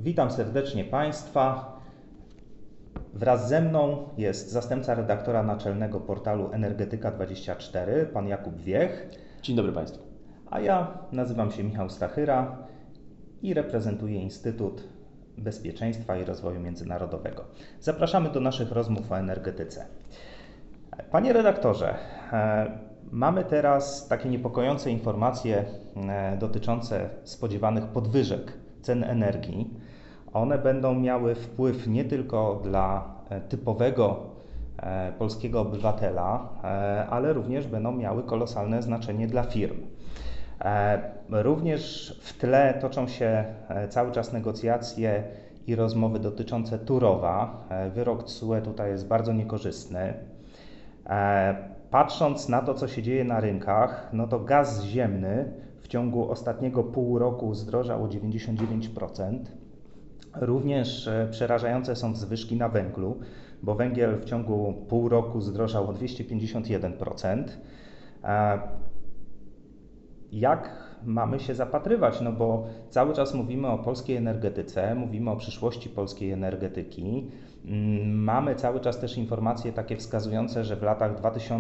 Witam serdecznie Państwa. Wraz ze mną jest zastępca redaktora naczelnego portalu Energetyka24, pan Jakub Wiech. Dzień dobry Państwu. A ja nazywam się Michał Stachyra i reprezentuję Instytut Bezpieczeństwa i Rozwoju Międzynarodowego. Zapraszamy do naszych rozmów o energetyce. Panie redaktorze, mamy teraz takie niepokojące informacje dotyczące spodziewanych podwyżek cen energii. One będą miały wpływ nie tylko dla typowego polskiego obywatela, ale również będą miały kolosalne znaczenie dla firm. Również w tle toczą się cały czas negocjacje i rozmowy dotyczące Turowa. Wyrok TSUE tutaj jest bardzo niekorzystny. Patrząc na to, co się dzieje na rynkach, no to gaz ziemny w ciągu ostatniego pół roku zdrożał o 99%. Również przerażające są zwyżki na węglu, bo węgiel w ciągu pół roku zdrożał o 251%. Jak mamy się zapatrywać? No bo cały czas mówimy o polskiej energetyce, mówimy o przyszłości polskiej energetyki. Mamy cały czas też informacje takie wskazujące, że w latach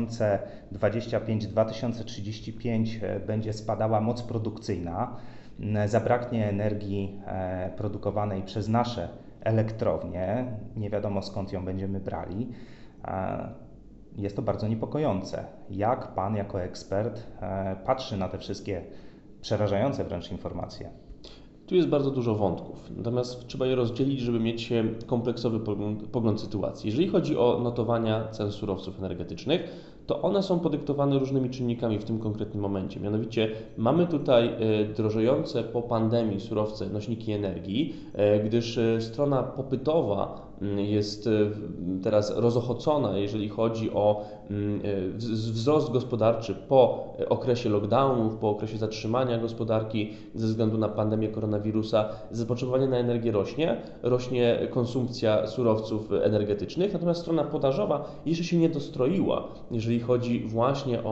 2025-2035 będzie spadała moc produkcyjna. Zabraknie energii produkowanej przez nasze elektrownie. Nie wiadomo, skąd ją będziemy brali. Jest to bardzo niepokojące. Jak Pan jako ekspert patrzy na te wszystkie przerażające wręcz informacje? Tu jest bardzo dużo wątków, natomiast trzeba je rozdzielić, żeby mieć kompleksowy pogląd sytuacji. Jeżeli chodzi o notowania cen surowców energetycznych, to one są podyktowane różnymi czynnikami w tym konkretnym momencie. Mianowicie mamy tutaj drożejące po pandemii surowce, nośniki energii, gdyż strona popytowa jest teraz rozochocona, jeżeli chodzi o wzrost gospodarczy po okresie lockdownów, po okresie zatrzymania gospodarki ze względu na pandemię koronawirusa. Zapotrzebowanie na energię rośnie konsumpcja surowców energetycznych, natomiast strona podażowa jeszcze się nie dostroiła, jeżeli chodzi właśnie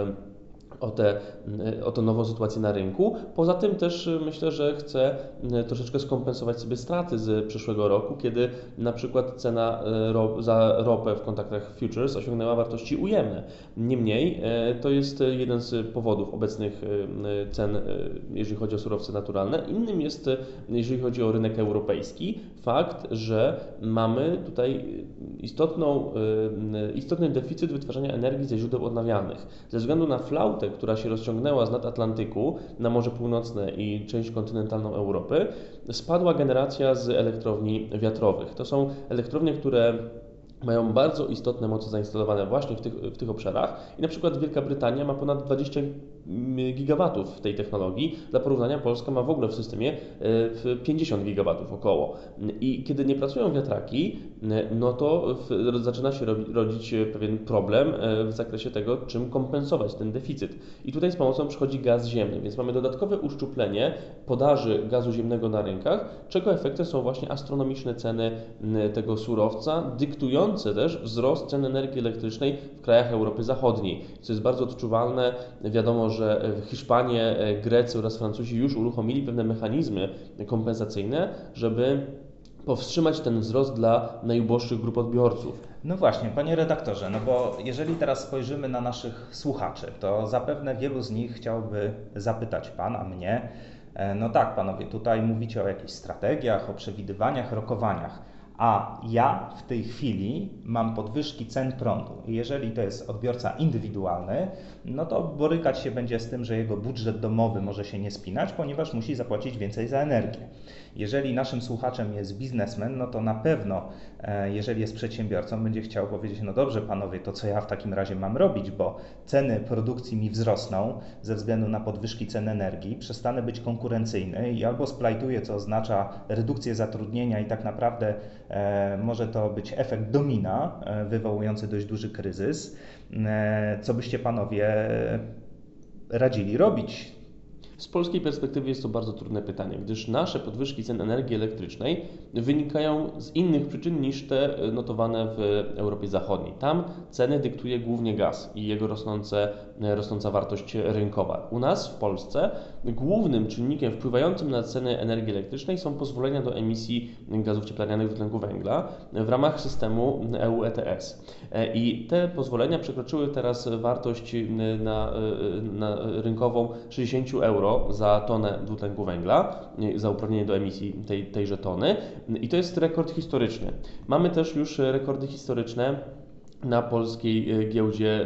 o tę nową sytuację na rynku. Poza tym też myślę, że chce troszeczkę skompensować sobie straty z przyszłego roku, kiedy na przykład cena za ropę w kontraktach futures osiągnęła wartości ujemne. Niemniej to jest jeden z powodów obecnych cen, jeżeli chodzi o surowce naturalne. Innym jest, jeżeli chodzi o rynek europejski, fakt, że mamy tutaj istotny deficyt wytwarzania energii ze źródeł odnawialnych. Ze względu na flautę, która się rozciągnęła z nad Atlantyku na Morze Północne i część kontynentalną Europy, spadła generacja z elektrowni wiatrowych. To są elektrownie, które mają bardzo istotne moce zainstalowane właśnie w tych obszarach i na przykład Wielka Brytania ma ponad 20 gigawatów w tej technologii. Dla porównania Polska ma w ogóle w systemie 50 gigawatów około. I kiedy nie pracują wiatraki, no to zaczyna się rodzić pewien problem w zakresie tego, czym kompensować ten deficyt. I tutaj z pomocą przychodzi gaz ziemny, więc mamy dodatkowe uszczuplenie podaży gazu ziemnego na rynkach, czego efektem są właśnie astronomiczne ceny tego surowca, dyktujące też wzrost cen energii elektrycznej w krajach Europy Zachodniej, co jest bardzo odczuwalne. Wiadomo, że Hiszpanie, Grecy oraz Francuzi już uruchomili pewne mechanizmy kompensacyjne, żeby powstrzymać ten wzrost dla najuboższych grup odbiorców. No właśnie, panie redaktorze, no bo jeżeli teraz spojrzymy na naszych słuchaczy, to zapewne wielu z nich chciałby zapytać pana, mnie, no tak panowie, tutaj mówicie o jakichś strategiach, o przewidywaniach, rokowaniach, a ja w tej chwili mam podwyżki cen prądu. I jeżeli to jest odbiorca indywidualny, no to borykać się będzie z tym, że jego budżet domowy może się nie spinać, ponieważ musi zapłacić więcej za energię. Jeżeli naszym słuchaczem jest biznesmen, no to na pewno, jeżeli jest przedsiębiorcą, będzie chciał powiedzieć, no dobrze panowie, to co ja w takim razie mam robić, bo ceny produkcji mi wzrosną ze względu na podwyżki cen energii, przestanę być konkurencyjny i albo splajtuję, co oznacza redukcję zatrudnienia i tak naprawdę może to być efekt domina wywołujący dość duży kryzys. Co byście panowie radzili robić? Z polskiej perspektywy jest to bardzo trudne pytanie, gdyż nasze podwyżki cen energii elektrycznej wynikają z innych przyczyn niż te notowane w Europie Zachodniej. Tam ceny dyktuje głównie gaz i jego rosnąca wartość rynkowa. U nas w Polsce głównym czynnikiem wpływającym na ceny energii elektrycznej są pozwolenia do emisji gazów cieplarnianych dwutlenku węgla w ramach systemu EU ETS. I te pozwolenia przekroczyły teraz wartość rynkową 60 euro za tonę dwutlenku węgla, za uprawnienie do emisji tejże tony. I to jest rekord historyczny. Mamy też już rekordy historyczne na polskiej giełdzie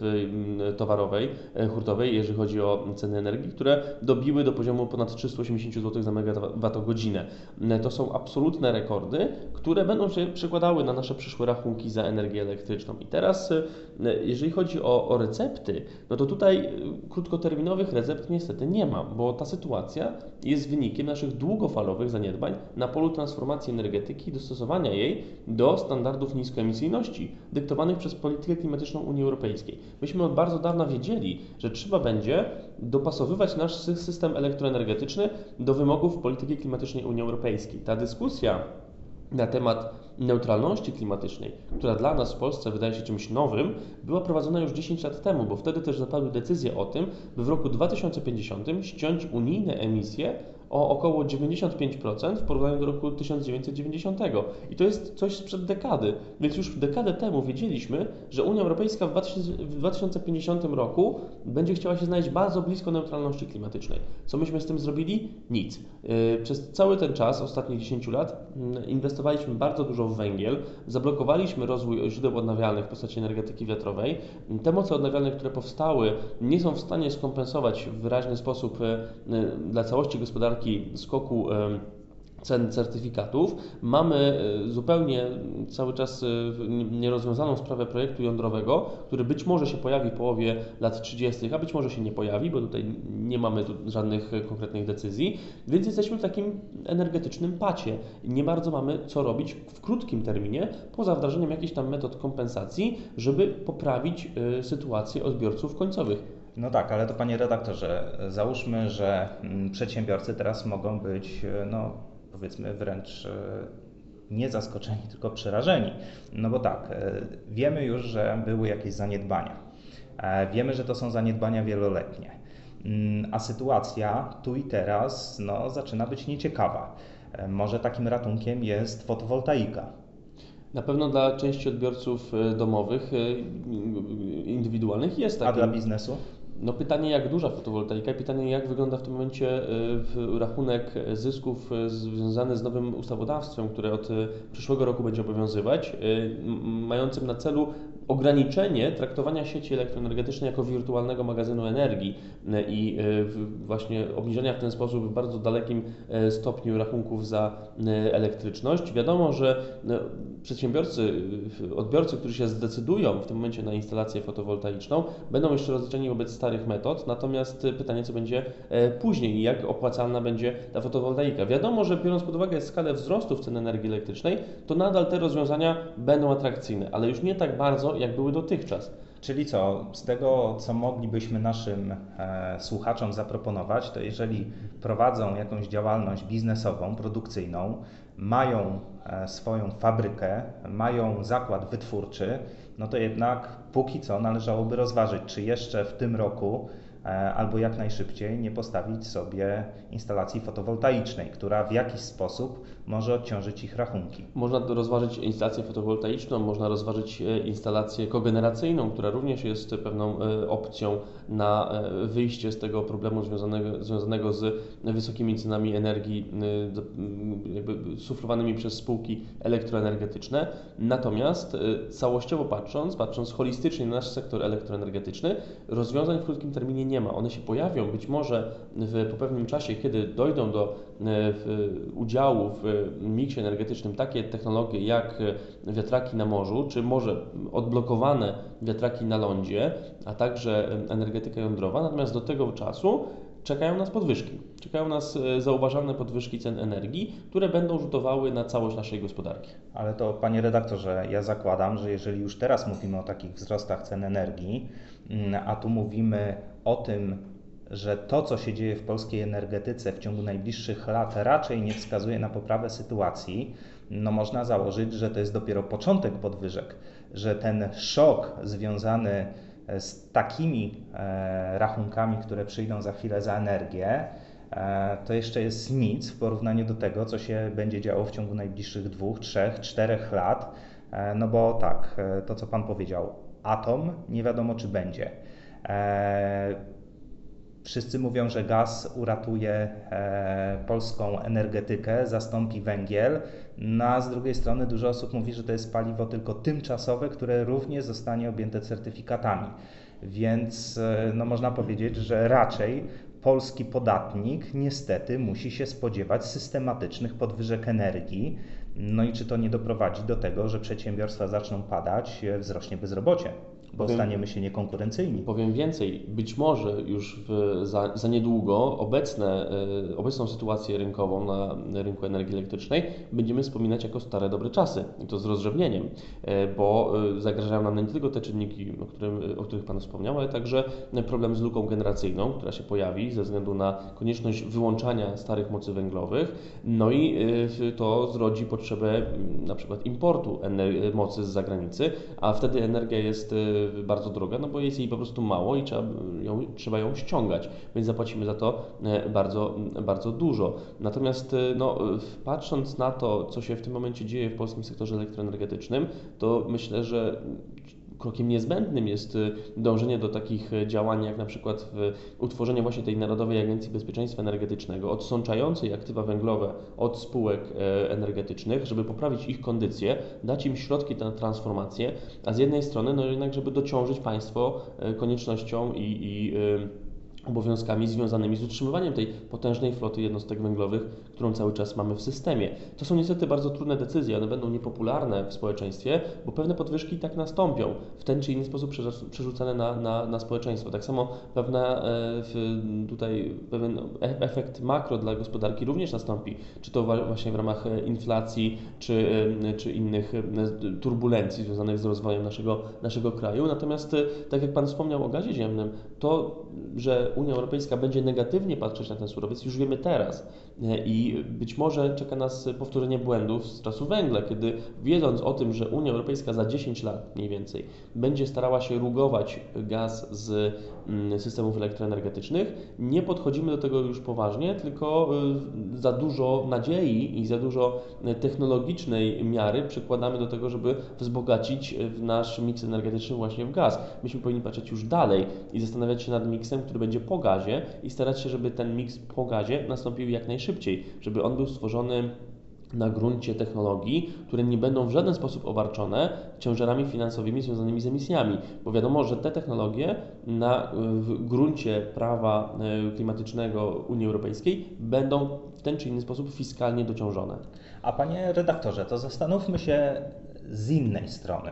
towarowej, hurtowej, jeżeli chodzi o ceny energii, które dobiły do poziomu ponad 380 zł za megawattogodzinę. To są absolutne rekordy, które będą się przekładały na nasze przyszłe rachunki za energię elektryczną. I teraz, jeżeli chodzi o recepty, no to tutaj krótkoterminowych recept niestety nie ma, bo ta sytuacja jest wynikiem naszych długofalowych zaniedbań na polu transformacji energetyki i dostosowania jej do standardów niskoemisyjności dyktowanych przez politykę klimatyczną Unii Europejskiej. Myśmy od bardzo dawna wiedzieli, że trzeba będzie dopasowywać nasz system elektroenergetyczny do wymogów polityki klimatycznej Unii Europejskiej. Ta dyskusja na temat neutralności klimatycznej, która dla nas w Polsce wydaje się czymś nowym, była prowadzona już 10 lat temu, bo wtedy też zapadły decyzje o tym, by w roku 2050 ściąć unijne emisje o około 95% w porównaniu do roku 1990. I to jest coś sprzed dekady. Więc już dekadę temu wiedzieliśmy, że Unia Europejska w 2050 roku będzie chciała się znaleźć bardzo blisko neutralności klimatycznej. Co myśmy z tym zrobili? Nic. Przez cały ten czas, ostatnich 10 lat, inwestowaliśmy bardzo dużo w węgiel, zablokowaliśmy rozwój źródeł odnawialnych w postaci energetyki wiatrowej. Te moce odnawialne, które powstały, nie są w stanie skompensować w wyraźny sposób dla całości gospodarki skoku cen certyfikatów. Mamy zupełnie cały czas nierozwiązaną sprawę projektu jądrowego, który być może się pojawi w połowie lat 30., a być może się nie pojawi, bo tutaj nie mamy żadnych konkretnych decyzji, więc jesteśmy w takim energetycznym pacie. Nie bardzo mamy co robić w krótkim terminie, poza wdrażaniem jakichś tam metod kompensacji, żeby poprawić sytuację odbiorców końcowych. No tak, ale to panie redaktorze, załóżmy, że przedsiębiorcy teraz mogą być, no powiedzmy wręcz nie zaskoczeni, tylko przerażeni. No bo tak, wiemy już, że były jakieś zaniedbania. Wiemy, że to są zaniedbania wieloletnie. A sytuacja tu i teraz no, zaczyna być nieciekawa. Może takim ratunkiem jest fotowoltaika. Na pewno dla części odbiorców domowych, indywidualnych jest A takim. dla biznesu? No pytanie, jak duża fotowoltaika i pytanie, jak wygląda w tym momencie rachunek zysków związany z nowym ustawodawstwem, które od przyszłego roku będzie obowiązywać, mającym na celu ograniczenie traktowania sieci elektroenergetycznej jako wirtualnego magazynu energii i właśnie obniżenia w ten sposób w bardzo dalekim stopniu rachunków za elektryczność. Wiadomo, że przedsiębiorcy, odbiorcy, którzy się zdecydują w tym momencie na instalację fotowoltaiczną, będą jeszcze rozliczeni wobec starych metod, natomiast pytanie, co będzie później i jak opłacalna będzie ta fotowoltaika. Wiadomo, że biorąc pod uwagę skalę wzrostów cen energii elektrycznej, to nadal te rozwiązania będą atrakcyjne, ale już nie tak bardzo, jak były dotychczas. Czyli co, z tego co moglibyśmy naszym słuchaczom zaproponować, to jeżeli prowadzą jakąś działalność biznesową, produkcyjną, mają swoją fabrykę, mają zakład wytwórczy, no to jednak póki co należałoby rozważyć, czy jeszcze w tym roku albo jak najszybciej nie postawić sobie instalacji fotowoltaicznej, która w jakiś sposób może odciążyć ich rachunki. Można rozważyć instalację fotowoltaiczną, można rozważyć instalację kogeneracyjną, która również jest pewną opcją na wyjście z tego problemu związanego z wysokimi cenami energii jakby suflowanymi przez spółki elektroenergetyczne. Natomiast całościowo patrząc holistycznie na nasz sektor elektroenergetyczny, rozwiązań w krótkim terminie nie ma. One się pojawią być może po pewnym czasie, kiedy dojdą do udziału w miksie energetycznym takie technologie jak wiatraki na morzu, czy może odblokowane wiatraki na lądzie, a także energetyka jądrowa. Natomiast do tego czasu czekają nas podwyżki. Czekają nas zauważalne podwyżki cen energii, które będą rzutowały na całość naszej gospodarki. Ale to, panie redaktorze, ja zakładam, że jeżeli już teraz mówimy o takich wzrostach cen energii, a tu mówimy o tym, że to, co się dzieje w polskiej energetyce w ciągu najbliższych lat, raczej nie wskazuje na poprawę sytuacji, no można założyć, że to jest dopiero początek podwyżek, że ten szok związany z takimi rachunkami, które przyjdą za chwilę za energię, to jeszcze jest nic w porównaniu do tego, co się będzie działo w ciągu najbliższych 2, 3, 4 lat. No bo tak, to co Pan powiedział, atom nie wiadomo czy będzie. Wszyscy mówią, że gaz uratuje polską energetykę, zastąpi węgiel, no a z drugiej strony dużo osób mówi, że to jest paliwo tylko tymczasowe, które również zostanie objęte certyfikatami. Więc no, można powiedzieć, że raczej polski podatnik niestety musi się spodziewać systematycznych podwyżek energii. No i czy to nie doprowadzi do tego, że przedsiębiorstwa zaczną padać, wzrośnie bezrobocie, bo staniemy się niekonkurencyjni. Powiem więcej, być może już za niedługo obecną sytuację rynkową na rynku energii elektrycznej będziemy wspominać jako stare dobre czasy i to z rozrzewnieniem, bo zagrażają nam nie tylko te czynniki, o których Pan wspomniał, ale także problem z luką generacyjną, która się pojawi ze względu na konieczność wyłączania starych mocy węglowych, no i to zrodzi potrzebę na przykład importu mocy z zagranicy, a wtedy energia jest bardzo droga, no bo jest jej po prostu mało i trzeba ją ściągać, więc zapłacimy za to bardzo, bardzo dużo. Natomiast no, patrząc na to, co się w tym momencie dzieje w polskim sektorze elektroenergetycznym, to myślę, że krokiem niezbędnym jest dążenie do takich działań, jak na przykład utworzenie właśnie tej Narodowej Agencji Bezpieczeństwa Energetycznego, odsączającej aktywa węglowe od spółek energetycznych, żeby poprawić ich kondycję, dać im środki na transformację, a z jednej strony, no jednak, żeby dociążyć państwo koniecznością i obowiązkami związanymi z utrzymywaniem tej potężnej floty jednostek węglowych, którą cały czas mamy w systemie. To są niestety bardzo trudne decyzje, one będą niepopularne w społeczeństwie, bo pewne podwyżki i tak nastąpią, w ten czy inny sposób przerzucane na społeczeństwo. Tak samo pewien efekt makro dla gospodarki również nastąpi, czy to właśnie w ramach inflacji, czy innych turbulencji związanych z rozwojem naszego kraju. Natomiast tak jak Pan wspomniał o gazie ziemnym, to, że Unia Europejska będzie negatywnie patrzeć na ten surowiec, już wiemy teraz. I być może czeka nas powtórzenie błędów z czasu węgla, kiedy wiedząc o tym, że Unia Europejska za 10 lat mniej więcej będzie starała się rugować gaz z systemów elektroenergetycznych, nie podchodzimy do tego już poważnie, tylko za dużo nadziei i za dużo technologicznej miary przykładamy do tego, żeby wzbogacić nasz miks energetyczny właśnie w gaz. Myśmy powinni patrzeć już dalej i zastanawiać się nad miksem, który będzie po gazie i starać się, żeby ten miks po gazie nastąpił jak najszybciej, żeby on był stworzony na gruncie technologii, które nie będą w żaden sposób obarczone ciężarami finansowymi związanymi z emisjami, bo wiadomo, że te technologie w gruncie prawa klimatycznego Unii Europejskiej będą w ten czy inny sposób fiskalnie dociążone. A panie redaktorze, to zastanówmy się z innej strony.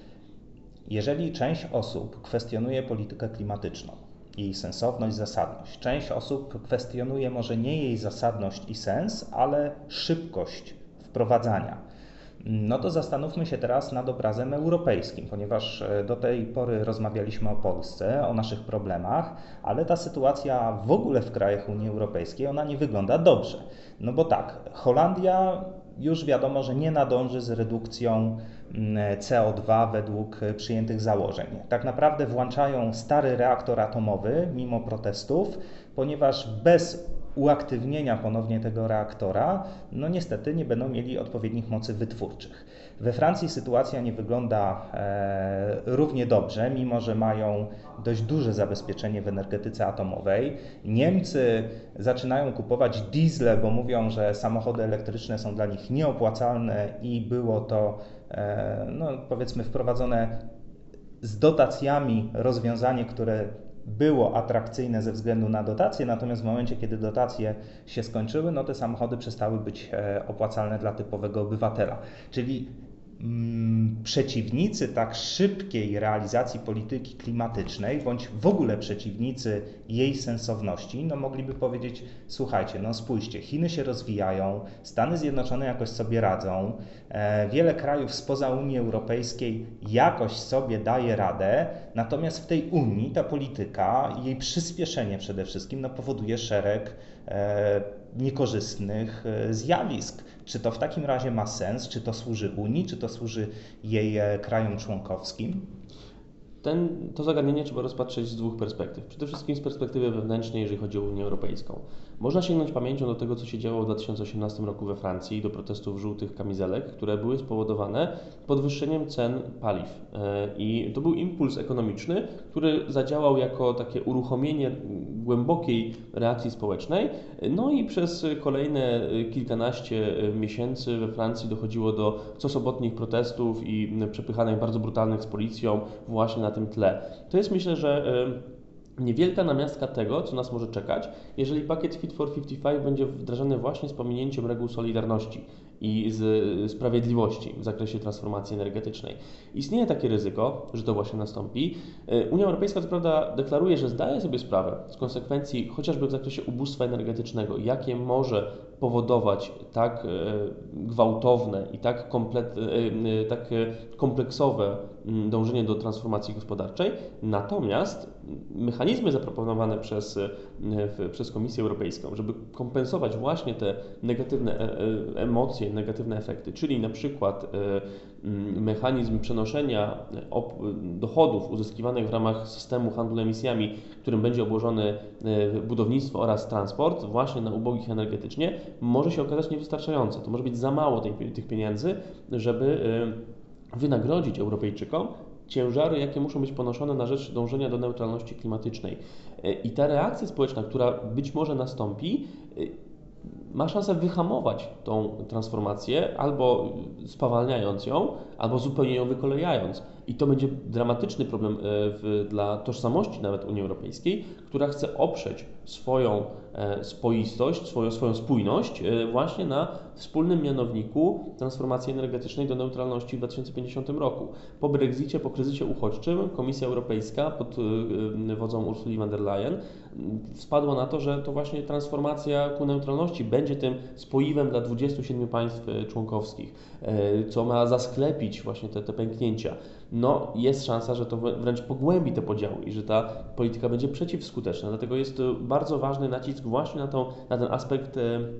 Jeżeli część osób kwestionuje politykę klimatyczną, jej sensowność, zasadność. Część osób kwestionuje może nie jej zasadność i sens, ale szybkość wprowadzania. No to zastanówmy się teraz nad obrazem europejskim, ponieważ do tej pory rozmawialiśmy o Polsce, o naszych problemach, ale ta sytuacja w ogóle w krajach Unii Europejskiej, ona nie wygląda dobrze. No bo tak, Holandia już wiadomo, że nie nadąży z redukcją CO2 według przyjętych założeń. Tak naprawdę włączają stary reaktor atomowy mimo protestów, ponieważ bez uaktywnienia ponownie tego reaktora, no niestety nie będą mieli odpowiednich mocy wytwórczych. We Francji sytuacja nie wygląda równie dobrze, mimo że mają dość duże zabezpieczenie w energetyce atomowej. Niemcy zaczynają kupować diesle, bo mówią, że samochody elektryczne są dla nich nieopłacalne i było to no, powiedzmy wprowadzone z dotacjami rozwiązanie, które było atrakcyjne ze względu na dotacje, natomiast w momencie, kiedy dotacje się skończyły, no te samochody przestały być opłacalne dla typowego obywatela. Czyli przeciwnicy tak szybkiej realizacji polityki klimatycznej, bądź w ogóle przeciwnicy jej sensowności, no mogliby powiedzieć, słuchajcie, no spójrzcie, Chiny się rozwijają, Stany Zjednoczone jakoś sobie radzą, wiele krajów spoza Unii Europejskiej jakoś sobie daje radę, natomiast w tej Unii ta polityka i jej przyspieszenie przede wszystkim no, powoduje szereg niekorzystnych zjawisk. Czy to w takim razie ma sens? Czy to służy Unii? Czy to służy jej krajom członkowskim? To zagadnienie trzeba rozpatrzeć z dwóch perspektyw. Przede wszystkim z perspektywy wewnętrznej, jeżeli chodzi o Unię Europejską. Można sięgnąć pamięcią do tego, co się działo w 2018 roku we Francji, do protestów żółtych kamizelek, które były spowodowane podwyższeniem cen paliw. I to był impuls ekonomiczny, który zadziałał jako takie uruchomienie głębokiej reakcji społecznej. No i przez kolejne kilkanaście miesięcy we Francji dochodziło do cosobotnich protestów i przepychanek bardzo brutalnych z policją właśnie na tym tle. To jest, myślę, że niewielka namiastka tego, co nas może czekać, jeżeli pakiet Fit for 55 będzie wdrażany właśnie z pominięciem reguł solidarności i z sprawiedliwości w zakresie transformacji energetycznej. Istnieje takie ryzyko, że to właśnie nastąpi. Unia Europejska co prawda deklaruje, że zdaje sobie sprawę z konsekwencji chociażby w zakresie ubóstwa energetycznego, jakie może powodować tak gwałtowne i tak kompleksowe dążenie do transformacji gospodarczej. Natomiast mechanizmy zaproponowane przez Komisję Europejską, żeby kompensować właśnie te negatywne emocje, negatywne efekty, czyli na przykład mechanizm przenoszenia dochodów uzyskiwanych w ramach systemu handlu emisjami, którym będzie obłożone budownictwo oraz transport, właśnie na ubogich energetycznie, może się okazać niewystarczające. To może być za mało tych pieniędzy, żeby wynagrodzić Europejczykom ciężary, jakie muszą być ponoszone na rzecz dążenia do neutralności klimatycznej. I ta reakcja społeczna, która być może nastąpi, ma szansę wyhamować tą transformację, albo spowalniając ją, albo zupełnie ją wykolejając. I to będzie dramatyczny problem dla tożsamości nawet Unii Europejskiej, która chce oprzeć swoją spoistość, swoją spójność właśnie na wspólnym mianowniku transformacji energetycznej do neutralności w 2050 roku. Po Brexicie, po kryzysie uchodźczym Komisja Europejska pod wodzą Ursuli von der Leyen spadła na to, że to właśnie transformacja ku neutralności będzie tym spoiwem dla 27 państw członkowskich, co ma zasklepić właśnie te pęknięcia. No, jest szansa, że to wręcz pogłębi te podziały i że ta polityka będzie przeciwskuteczna. Dlatego jest bardzo ważny nacisk właśnie na ten aspekt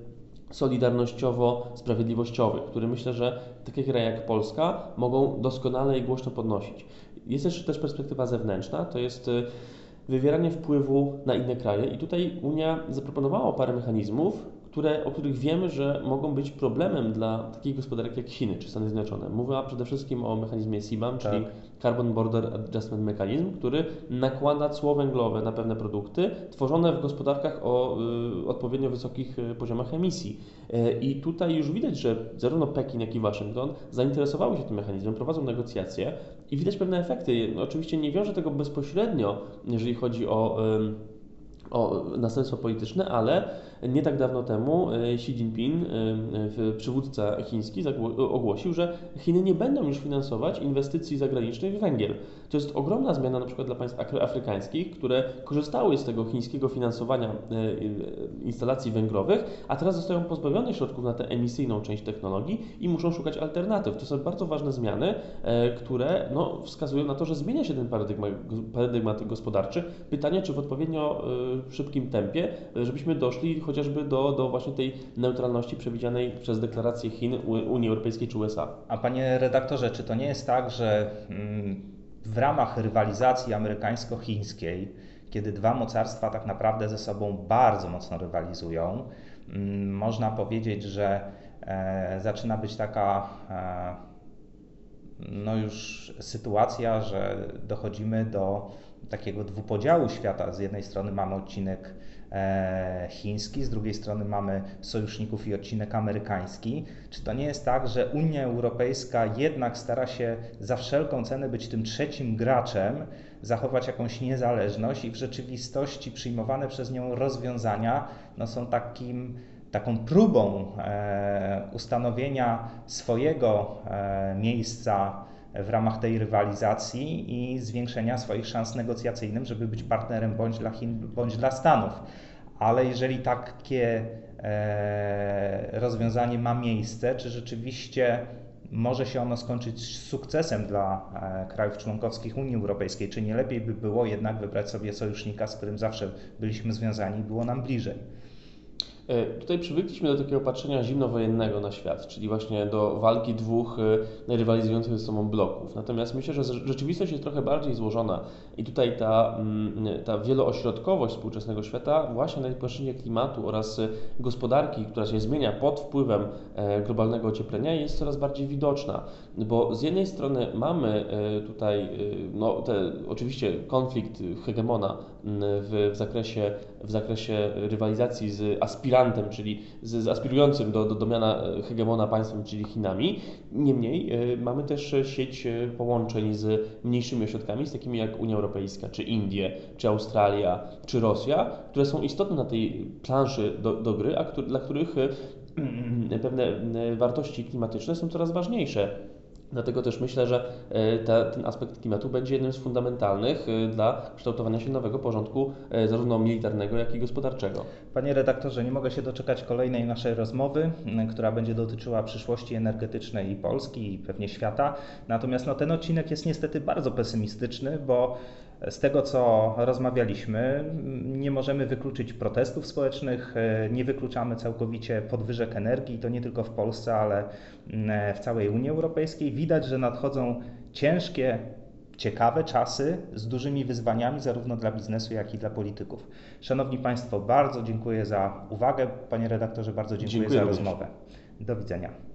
solidarnościowo-sprawiedliwościowy, który myślę, że takie kraje jak Polska mogą doskonale i głośno podnosić. Jest jeszcze też perspektywa zewnętrzna, to jest wywieranie wpływu na inne kraje i tutaj Unia zaproponowała parę mechanizmów, o których wiemy, że mogą być problemem dla takich gospodarek jak Chiny czy Stany Zjednoczone. Mówiła przede wszystkim o mechanizmie CBAM, czyli Carbon Border Adjustment Mechanism, który nakłada cło węglowe na pewne produkty tworzone w gospodarkach o odpowiednio wysokich poziomach emisji. I tutaj już widać, że zarówno Pekin, jak i Waszyngton zainteresowały się tym mechanizmem, prowadzą negocjacje i widać pewne efekty. Oczywiście nie wiąże tego bezpośrednio, jeżeli chodzi o następstwa polityczne, ale nie tak dawno temu Xi Jinping, przywódca chiński, ogłosił, że Chiny nie będą już finansować inwestycji zagranicznych w węgiel. To jest ogromna zmiana na przykład dla państw afrykańskich, które korzystały z tego chińskiego finansowania instalacji węglowych, a teraz zostają pozbawione środków na tę emisyjną część technologii i muszą szukać alternatyw. To są bardzo ważne zmiany, które wskazują na to, że zmienia się ten paradygmat gospodarczy. Pytanie, czy w odpowiednio szybkim tempie, żebyśmy doszli chociażby do właśnie tej neutralności przewidzianej przez deklarację Chin, Unii Europejskiej czy USA. A panie redaktorze, czy to nie jest tak, że w ramach rywalizacji amerykańsko-chińskiej, kiedy dwa mocarstwa tak naprawdę ze sobą bardzo mocno rywalizują, można powiedzieć, że zaczyna być taka już sytuacja, że dochodzimy do takiego dwupodziału świata. Z jednej strony mamy odcinek chiński, z drugiej strony mamy sojuszników i odcinek amerykański. Czy to nie jest tak, że Unia Europejska jednak stara się za wszelką cenę być tym trzecim graczem, zachować jakąś niezależność i w rzeczywistości przyjmowane przez nią rozwiązania są takim taką próbą ustanowienia swojego miejsca w ramach tej rywalizacji i zwiększenia swoich szans negocjacyjnych, żeby być partnerem bądź dla Chin, bądź dla Stanów. Ale jeżeli takie rozwiązanie ma miejsce, czy rzeczywiście może się ono skończyć sukcesem dla krajów członkowskich Unii Europejskiej, czy nie lepiej by było jednak wybrać sobie sojusznika, z którym zawsze byliśmy związani i było nam bliżej? Tutaj przywykliśmy do takiego patrzenia zimnowojennego na świat, czyli właśnie do walki dwóch rywalizujących ze sobą bloków. Natomiast myślę, że rzeczywistość jest trochę bardziej złożona i tutaj ta wieloośrodkowość współczesnego świata właśnie na płaszczyźnie klimatu oraz gospodarki, która się zmienia pod wpływem globalnego ocieplenia, jest coraz bardziej widoczna, bo z jednej strony mamy tutaj oczywiście konflikt hegemona w zakresie rywalizacji z aspirantem, czyli z aspirującym do miana hegemona państwem, czyli Chinami. Niemniej mamy też sieć połączeń z mniejszymi ośrodkami, z takimi jak Unia Europejska, czy Indie, czy Australia, czy Rosja, które są istotne na tej planszy do gry, a dla których pewne wartości klimatyczne są coraz ważniejsze. Dlatego też myślę, że ten aspekt klimatu będzie jednym z fundamentalnych dla kształtowania się nowego porządku zarówno militarnego, jak i gospodarczego. Panie redaktorze, nie mogę się doczekać kolejnej naszej rozmowy, która będzie dotyczyła przyszłości energetycznej i Polski, i pewnie świata. Natomiast ten odcinek jest niestety bardzo pesymistyczny, bo z tego, co rozmawialiśmy, nie możemy wykluczyć protestów społecznych, nie wykluczamy całkowicie podwyżek energii, to nie tylko w Polsce, ale w całej Unii Europejskiej. Widać, że nadchodzą ciężkie, ciekawe czasy z dużymi wyzwaniami zarówno dla biznesu, jak i dla polityków. Szanowni Państwo, bardzo dziękuję za uwagę. Panie redaktorze, bardzo dziękuję za rozmowę. Do widzenia.